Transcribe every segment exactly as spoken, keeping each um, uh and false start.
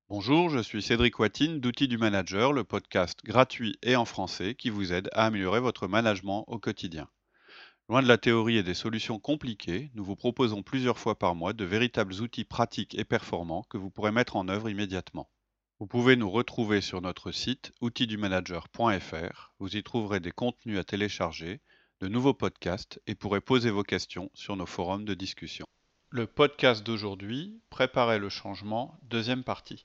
Bonjour, je suis Cédric Watine d'Outils du Manager, le podcast gratuit et en français qui vous aide à améliorer votre management au quotidien. Loin de la théorie et des solutions compliquées, nous vous proposons plusieurs fois par mois de véritables outils pratiques et performants que vous pourrez mettre en œuvre immédiatement. Vous pouvez nous retrouver sur notre site outils du manager point f r. Vous y trouverez des contenus à télécharger, de nouveaux podcasts et pourrez poser vos questions sur nos forums de discussion. Le podcast d'aujourd'hui, Préparer le changement, deuxième partie.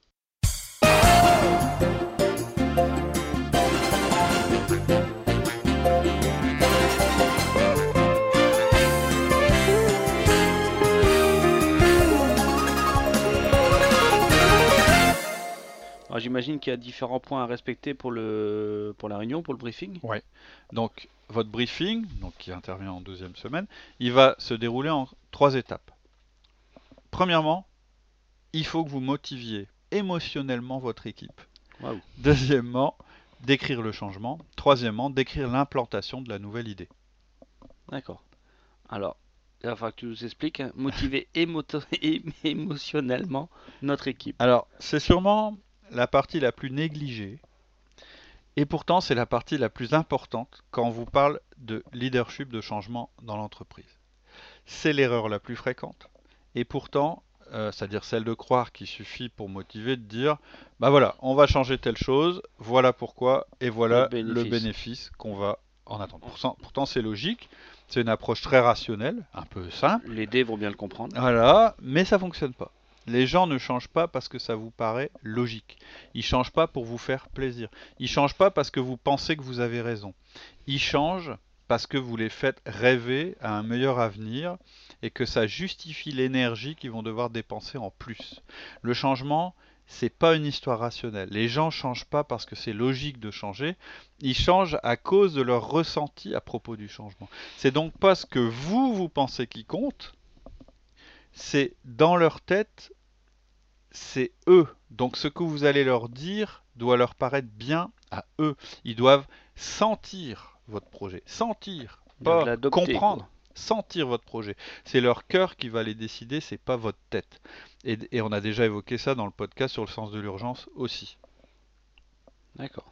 Alors, j'imagine qu'il y a différents points à respecter pour le pour la réunion, pour le briefing. Ouais. Donc, votre briefing, donc qui intervient en deuxième semaine, il va se dérouler en trois étapes. Premièrement, il faut que vous motiviez émotionnellement votre équipe. Waouh. Deuxièmement, décrire le changement. Troisièmement, décrire l'implantation de la nouvelle idée. D'accord. Alors, il va falloir que tu nous expliques, hein, motiver émoto- é- émotionnellement notre équipe. Alors, c'est sûrement la partie la plus négligée, et pourtant c'est la partie la plus importante quand on vous parle de leadership de changement dans l'entreprise. C'est l'erreur la plus fréquente, et pourtant, euh, c'est-à-dire celle de croire qu'il suffit pour motiver de dire bah voilà, on va changer telle chose, voilà pourquoi, et voilà Le le bénéfice. bénéfice qu'on va en attendre. Pourtant, pourtant c'est logique, c'est une approche très rationnelle, un peu simple, Les dés vont bien le comprendre. voilà, mais ça fonctionne pas. Les gens ne changent pas parce que ça vous paraît logique. Ils changent pas pour vous faire plaisir. Ils changent pas parce que vous pensez que vous avez raison. Ils changent parce que vous les faites rêver à un meilleur avenir et que ça justifie l'énergie qu'ils vont devoir dépenser en plus. Le changement, c'est pas une histoire rationnelle. Les gens changent pas parce que c'est logique de changer. Ils changent à cause de leur ressenti à propos du changement. C'est donc pas ce que vous vous pensez qui compte. C'est dans leur tête, c'est eux. Donc ce que vous allez leur dire doit leur paraître bien à eux. Ils doivent sentir votre projet. Sentir, Donc pas l'adopter, comprendre. quoi. Sentir votre projet. C'est leur cœur qui va les décider, c'est pas votre tête. Et, et on a déjà évoqué ça dans le podcast sur le sens de l'urgence aussi. D'accord.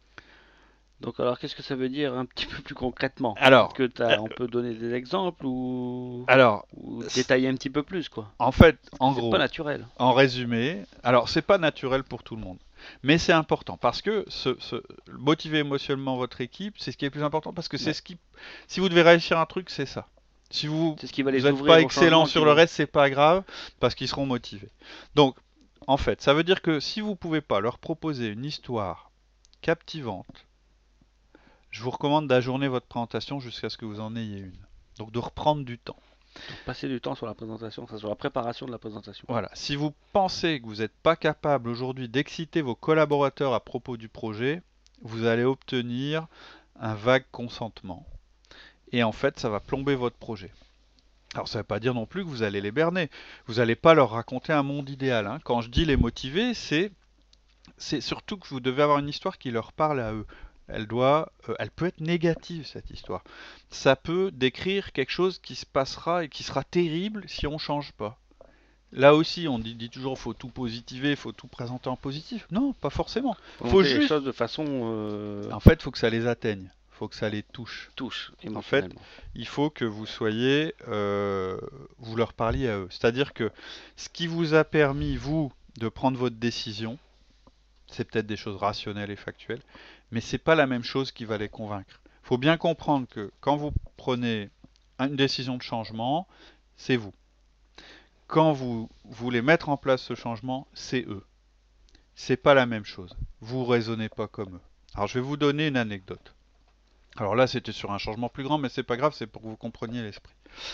Donc alors, qu'est-ce que ça veut dire un petit peu plus concrètement? Alors, Est-ce que euh, t'as, on peut donner des exemples ou, alors, ou c- détailler un petit peu plus, quoi? en fait, Parce que en c'est pas gros, naturel. en résumé, alors c'est pas naturel pour tout le monde, mais c'est important parce que ce, ce- motiver émotionnellement votre équipe, c'est ce qui est le plus important parce que c'est Ouais. ce qui, si vous devez réussir un truc, c'est ça. Si vous C'est ce qui va vous les n'êtes ouvrir pas au excellent changement sur qui le vont. reste, c'est pas grave parce qu'ils seront motivés. Donc, en fait, ça veut dire que si vous pouvez pas leur proposer une histoire captivante, je vous recommande d'ajourner votre présentation jusqu'à ce que vous en ayez une. Donc de reprendre du temps. Donc passer du temps sur la présentation, ça sur la préparation de la présentation. Voilà, si vous pensez que vous n'êtes pas capable aujourd'hui d'exciter vos collaborateurs à propos du projet, vous allez obtenir un vague consentement. Et en fait, ça va plomber votre projet. Alors ça ne veut pas dire non plus que vous allez les berner. Vous n'allez pas leur raconter un monde idéal, hein. Quand je dis les motiver, c'est c'est surtout que vous devez avoir une histoire qui leur parle à eux. Elle doit, euh, elle peut être négative cette histoire. Ça peut décrire quelque chose qui se passera et qui sera terrible si on ne change pas. Là aussi, on dit, dit toujours faut tout positiver, faut tout présenter en positif. Non, pas forcément. Faut Faut monter les juste, choses de façon euh, en fait, faut que ça les atteigne. Faut que ça les touche. touche En fait, émotionnellement. il faut que vous soyez, euh, vous leur parliez à eux. C'est-à-dire que ce qui vous a permis, vous, de prendre votre décision, c'est peut-être des choses rationnelles et factuelles, mais c'est pas la même chose qui va les convaincre. Il faut bien comprendre que quand vous prenez une décision de changement, c'est vous. Quand vous voulez mettre en place ce changement, c'est eux. C'est pas la même chose. Vous raisonnez pas comme eux. Alors je vais vous donner une anecdote. Alors là, c'était sur un changement plus grand, mais c'est pas grave, c'est pour que vous compreniez l'esprit.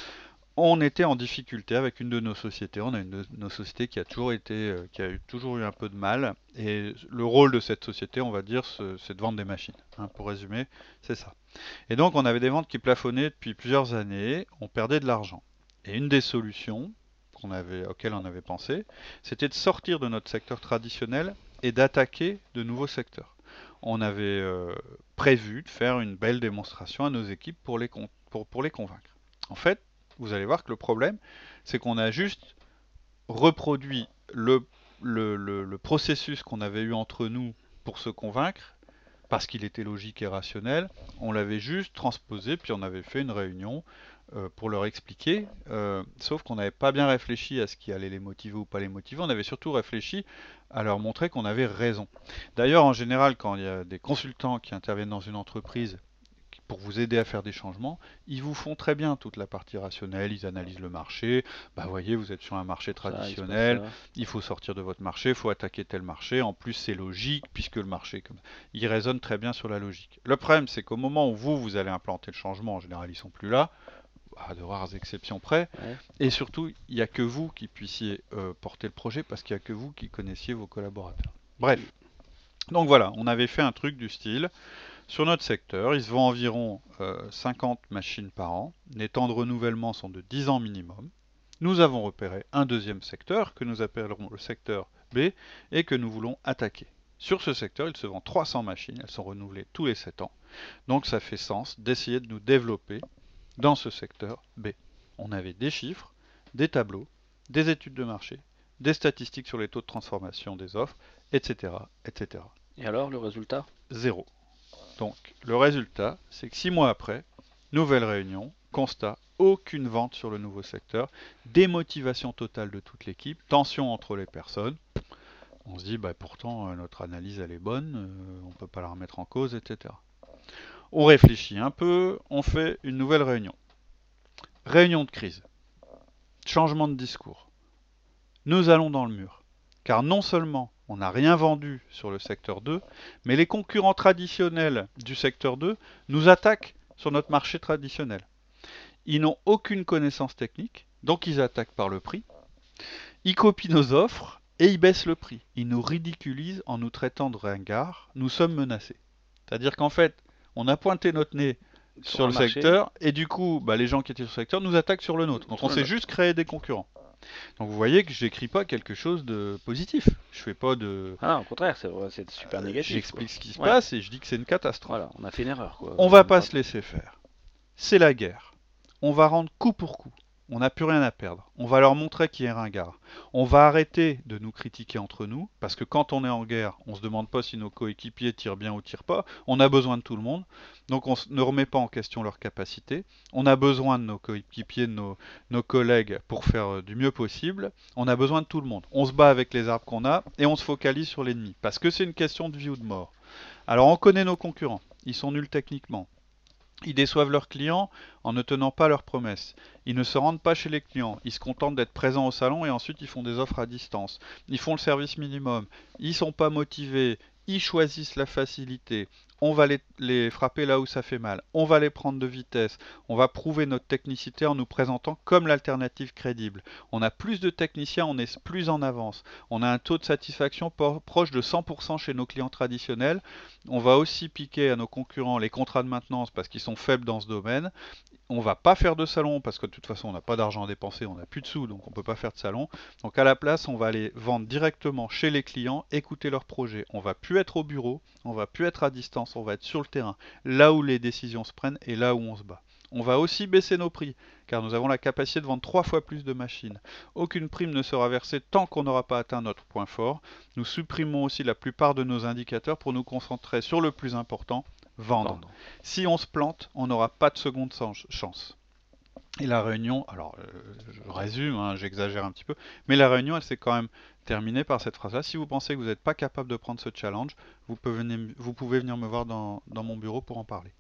On était en difficulté avec une de nos sociétés. On a une de nos sociétés qui a toujours été, euh, qui a eu, toujours eu un peu de mal. Et le rôle de cette société, on va dire, c'est de vendre des machines. Hein, pour résumer, c'est ça. Et donc, on avait des ventes qui plafonnaient depuis plusieurs années. On perdait de l'argent. Et une des solutions qu'on avait, auxquelles on avait pensé, c'était de sortir de notre secteur traditionnel et d'attaquer de nouveaux secteurs. On avait euh, prévu de faire une belle démonstration à nos équipes pour les, pour, pour les convaincre. En fait, vous allez voir que le problème, c'est qu'on a juste reproduit le, le, le- le processus qu'on avait eu entre nous pour se convaincre, parce qu'il était logique et rationnel, on l'avait juste transposé, puis on avait fait une réunion euh, pour leur expliquer, euh, sauf qu'on n'avait pas bien réfléchi à ce qui allait les motiver ou pas les motiver, on avait surtout réfléchi à leur montrer qu'on avait raison. D'ailleurs, en général, quand il y a des consultants qui interviennent dans une entreprise pour vous aider à faire des changements, ils vous font très bien toute la partie rationnelle, ils analysent le marché, bah voyez, vous êtes sur un marché Ça, il se passe traditionnel, ça. il faut sortir de votre marché, il faut attaquer tel marché, en plus c'est logique, puisque le marché, comme... ils raisonnent très bien sur la logique. Le problème, c'est qu'au moment où vous, vous allez implanter le changement, en général, ils sont plus là, à de rares exceptions près, Ouais. et surtout, il n'y a que vous qui puissiez euh, porter le projet, parce qu'il n'y a que vous qui connaissiez vos collaborateurs. Bref, Qui- donc voilà, on avait fait un truc du style, sur notre secteur, il se vend environ euh, cinquante machines par an. Les temps de renouvellement sont de dix ans minimum. Nous avons repéré un deuxième secteur que nous appellerons le secteur B et que nous voulons attaquer. Sur ce secteur, il se vend trois cents machines, elles sont renouvelées tous les sept ans. Donc ça fait sens d'essayer de nous développer dans ce secteur B. On avait des chiffres, des tableaux, des études de marché, des statistiques sur les taux de transformation des offres, et cetera, et cetera. Et alors, le résultat? Zéro. Donc, le résultat, c'est que six mois après, nouvelle réunion, constat, aucune vente sur le nouveau secteur, démotivation totale de toute l'équipe, tension entre les personnes. On se dit, bah, pourtant, euh, notre analyse, elle est bonne, euh, on ne peut pas la remettre en cause, et cetera. On réfléchit un peu, on fait une nouvelle réunion. Réunion de crise. Changement de discours. Nous allons dans le mur. Car non seulement on n'a rien vendu sur le secteur deux, mais les concurrents traditionnels du secteur deux nous attaquent sur notre marché traditionnel. Ils n'ont aucune connaissance technique, donc ils attaquent par le prix. Ils copient nos offres et ils baissent le prix. Ils nous ridiculisent en nous traitant de ringards. Nous sommes menacés. C'est-à-dire qu'en fait, on a pointé notre nez Sur sur un le marché, secteur et du coup, bah, les gens qui étaient sur le secteur nous attaquent sur le nôtre. Donc sur on le s'est nôtre. juste créé des concurrents. Donc vous voyez que j'écris pas quelque chose de positif. Je fais pas de. Ah non, au contraire, c'est vrai, c'est super Euh, négatif, quoi. J'explique ce qui se Ouais, passe et je dis que c'est une catastrophe. voilà, on a fait une erreur, quoi. On va On pas va- se laisser faire. C'est la guerre. On va rendre coup pour coup. On n'a plus rien à perdre. On va leur montrer qui est ringard. On va arrêter de nous critiquer entre nous, parce que quand on est en guerre, on se demande pas si nos coéquipiers tirent bien ou tirent pas. On a besoin de tout le monde. Donc on ne remet pas en question leurs capacités. On a besoin de nos coéquipiers, de nos, nos collègues pour faire euh, du mieux possible. On a besoin de tout le monde. On se bat avec les armes qu'on a et on se focalise sur l'ennemi. Parce que c'est une question de vie ou de mort. Alors on connaît nos concurrents. Ils sont nuls techniquement. Ils déçoivent leurs clients en ne tenant pas leurs promesses. Ils ne se rendent pas chez les clients. Ils se contentent d'être présents au salon et ensuite ils font des offres à distance. Ils font le service minimum. Ils sont pas motivés. Ils choisissent la facilité. On va les, les frapper là où ça fait mal. On va les prendre de vitesse. On va prouver notre technicité en nous présentant comme l'alternative crédible. On a plus de techniciens, on est plus en avance. On a un taux de satisfaction por- proche de cent pour cent chez nos clients traditionnels. On va aussi piquer à nos concurrents les contrats de maintenance parce qu'ils sont faibles dans ce domaine. On va pas faire de salon parce que de toute façon on n'a pas d'argent à dépenser, on n'a plus de sous donc on peut pas faire de salon. Donc à la place on va aller vendre directement chez les clients, écouter leurs projets. On va plus être au bureau, on va plus être à distance, on va être sur le terrain, là où les décisions se prennent et là où on se bat. On va aussi baisser nos prix car nous avons la capacité de vendre trois fois plus de machines. Aucune prime ne sera versée tant qu'on n'aura pas atteint notre point fort. Nous supprimons aussi la plupart de nos indicateurs pour nous concentrer sur le plus important, vendre. Vendre. Si on se plante, on n'aura pas de seconde chance. Et la réunion, alors euh, je résume, hein, j'exagère un petit peu, mais la réunion elle s'est quand même terminée par cette phrase-là. Si vous pensez que vous n'êtes pas capable de prendre ce challenge, vous pouvez venir, vous pouvez venir me voir dans, dans mon bureau pour en parler.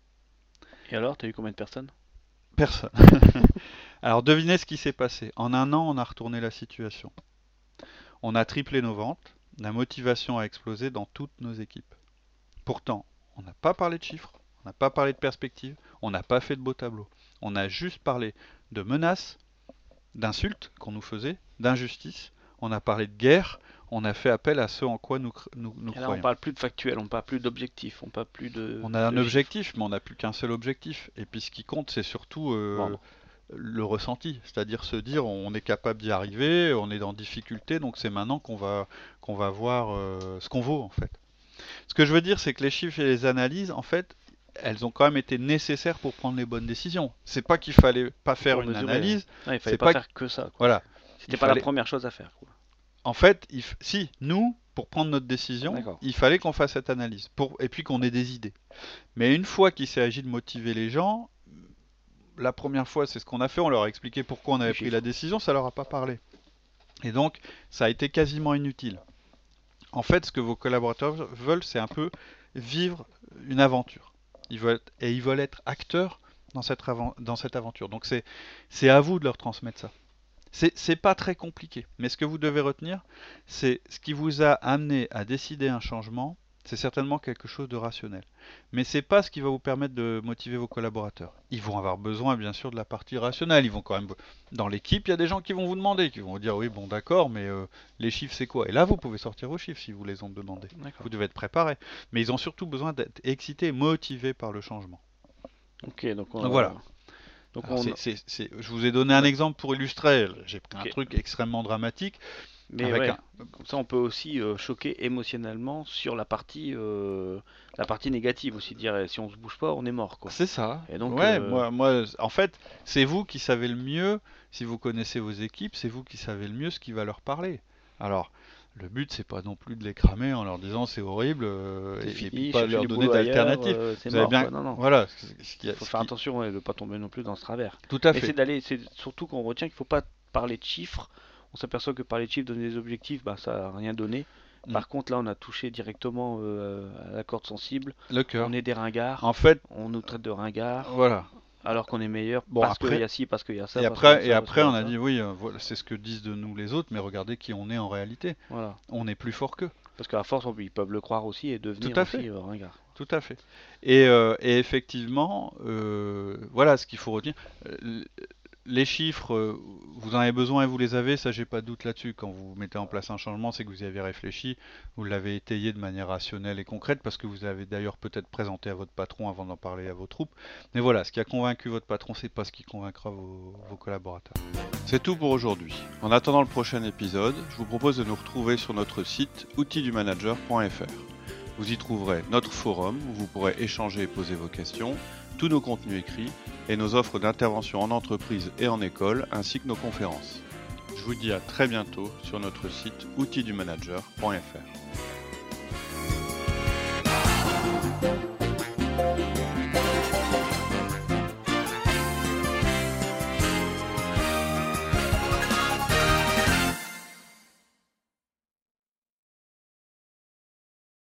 Et alors, t'as eu combien de personnes? Personne. Alors devinez ce qui s'est passé. En un an, on a retourné la situation. On a triplé nos ventes, la motivation a explosé dans toutes nos équipes. Pourtant, on n'a pas parlé de chiffres, on n'a pas parlé de perspectives, on n'a pas fait de beaux tableaux. On a juste parlé de menaces, d'insultes qu'on nous faisait, d'injustice. On a parlé de guerre, on a fait appel à ce en quoi nous, nous, nous Et là, on croyons. parle plus de factuel, on parle plus d'objectif, on parle plus de. On a un de objectif, mais on n'a plus qu'un seul objectif. Et puis ce qui compte, c'est surtout euh, Vendre. le ressenti, c'est-à-dire se dire on est capable d'y arriver, on est en difficulté, donc c'est maintenant qu'on va, qu'on va voir euh, ce qu'on vaut en fait. Ce que je veux dire, c'est que les chiffres et les analyses, en fait, elles ont quand même été nécessaires pour prendre les bonnes décisions. C'est pas qu'il fallait pas faire Pour une mesurer. analyse, Ouais, il fallait c'est pas, pas faire que ça, quoi. voilà. C'était Il pas fallait- la première chose à faire, quoi. En fait, il f- si, nous, pour prendre notre décision, D'accord. il fallait qu'on fasse cette analyse, pour, et puis qu'on ait des idées. Mais une fois qu'il s'agit de motiver les gens, la première fois, c'est ce qu'on a fait, on leur a expliqué pourquoi on Les avait pris la chiffres. décision, ça leur a pas parlé. Et donc, ça a été quasiment inutile. En fait, ce que vos collaborateurs veulent, c'est un peu vivre une aventure. Ils veulent, et ils veulent être acteurs dans cette, avan- dans cette aventure. Donc, c'est, c'est à vous de leur transmettre ça. C'est, c'est pas très compliqué. Mais ce que vous devez retenir, c'est ce qui vous a amené à décider un changement, c'est certainement quelque chose de rationnel. Mais c'est pas ce qui va vous permettre de motiver vos collaborateurs. Ils vont avoir besoin, bien sûr, de la partie rationnelle. Ils vont quand même, dans l'équipe, il y a des gens qui vont vous demander, qui vont vous dire, oui, bon, d'accord, mais euh, les chiffres, c'est quoi? Et là, vous pouvez sortir vos chiffres si vous les ont demandés. D'accord. Vous devez être préparé. Mais ils ont surtout besoin d'être excités, motivés par le changement. Ok, donc, Donc euh, voilà. donc Alors, on. c'est, c'est- c'est- je vous ai donné un Ouais, exemple pour illustrer. J'ai pris un ok. truc extrêmement dramatique Mais avec ouais, un. comme ça on peut aussi euh, choquer émotionnellement sur la partie, euh, la partie négative aussi, dire eh, si on se bouge pas, on est mort quoi. C'est ça. Et donc, Ouais, euh, moi, moi, en fait, c'est vous qui savez le mieux. Si vous connaissez vos équipes, c'est vous qui savez le mieux ce qui va leur parler. Alors, le but, c'est pas non plus de les cramer en leur disant c'est horrible euh, c'est et, et puis fini, pas chercher leur du donner boulot ailleurs, d'alternatives. euh, c'est Vous avez mort bien, quoi. Non, non. voilà, ce ce qui, a- Faut ce faire qui- attention ouais, de pas tomber non plus dans ce travers. tout à Mais c'est fait. d'aller, c'est surtout qu'on retient qu'il faut pas parler de chiffres. On s'aperçoit que parler de chiffres, donner des objectifs, bah ça a rien donné. Mm. Par contre là, on a touché directement euh, à la corde sensible. Le On cœur. est des ringards, En fait, on nous traite de ringards, voilà. alors qu'on est meilleur Bon parce qu'il y après, a ci, parce qu'il y a ça, et parce qu'il y a après, et ça, parce qu'il après, y on a a ça. dit oui, euh, voilà, c'est ce que disent de nous les autres, mais regardez qui on est en réalité. Voilà. On est plus fort qu'eux. Parce qu'à force, on- ils peuvent le croire aussi et Tout devenir à aussi fait. euh, ringards. Tout à fait. Et, euh, et effectivement, euh, voilà ce qu'il faut retenir. Euh, Les chiffres, euh, vous en avez besoin et vous les avez, ça j'ai pas de doute là-dessus. Quand vous mettez en place un changement, c'est que vous y avez réfléchi, vous l'avez étayé de manière rationnelle et concrète, parce que vous avez d'ailleurs peut-être présenté à votre patron avant d'en parler à vos troupes. Mais voilà, ce qui a convaincu votre patron, c'est pas ce qui convaincra vos, vos collaborateurs. C'est tout pour aujourd'hui. En attendant le prochain épisode, je vous propose de nous retrouver sur notre site outils du manager point f r. Vous y trouverez notre forum où vous pourrez échanger et poser vos questions, tous nos contenus écrits et nos offres d'intervention en entreprise et en école, ainsi que nos conférences. Je vous dis à très bientôt sur notre site outils du manager point f r.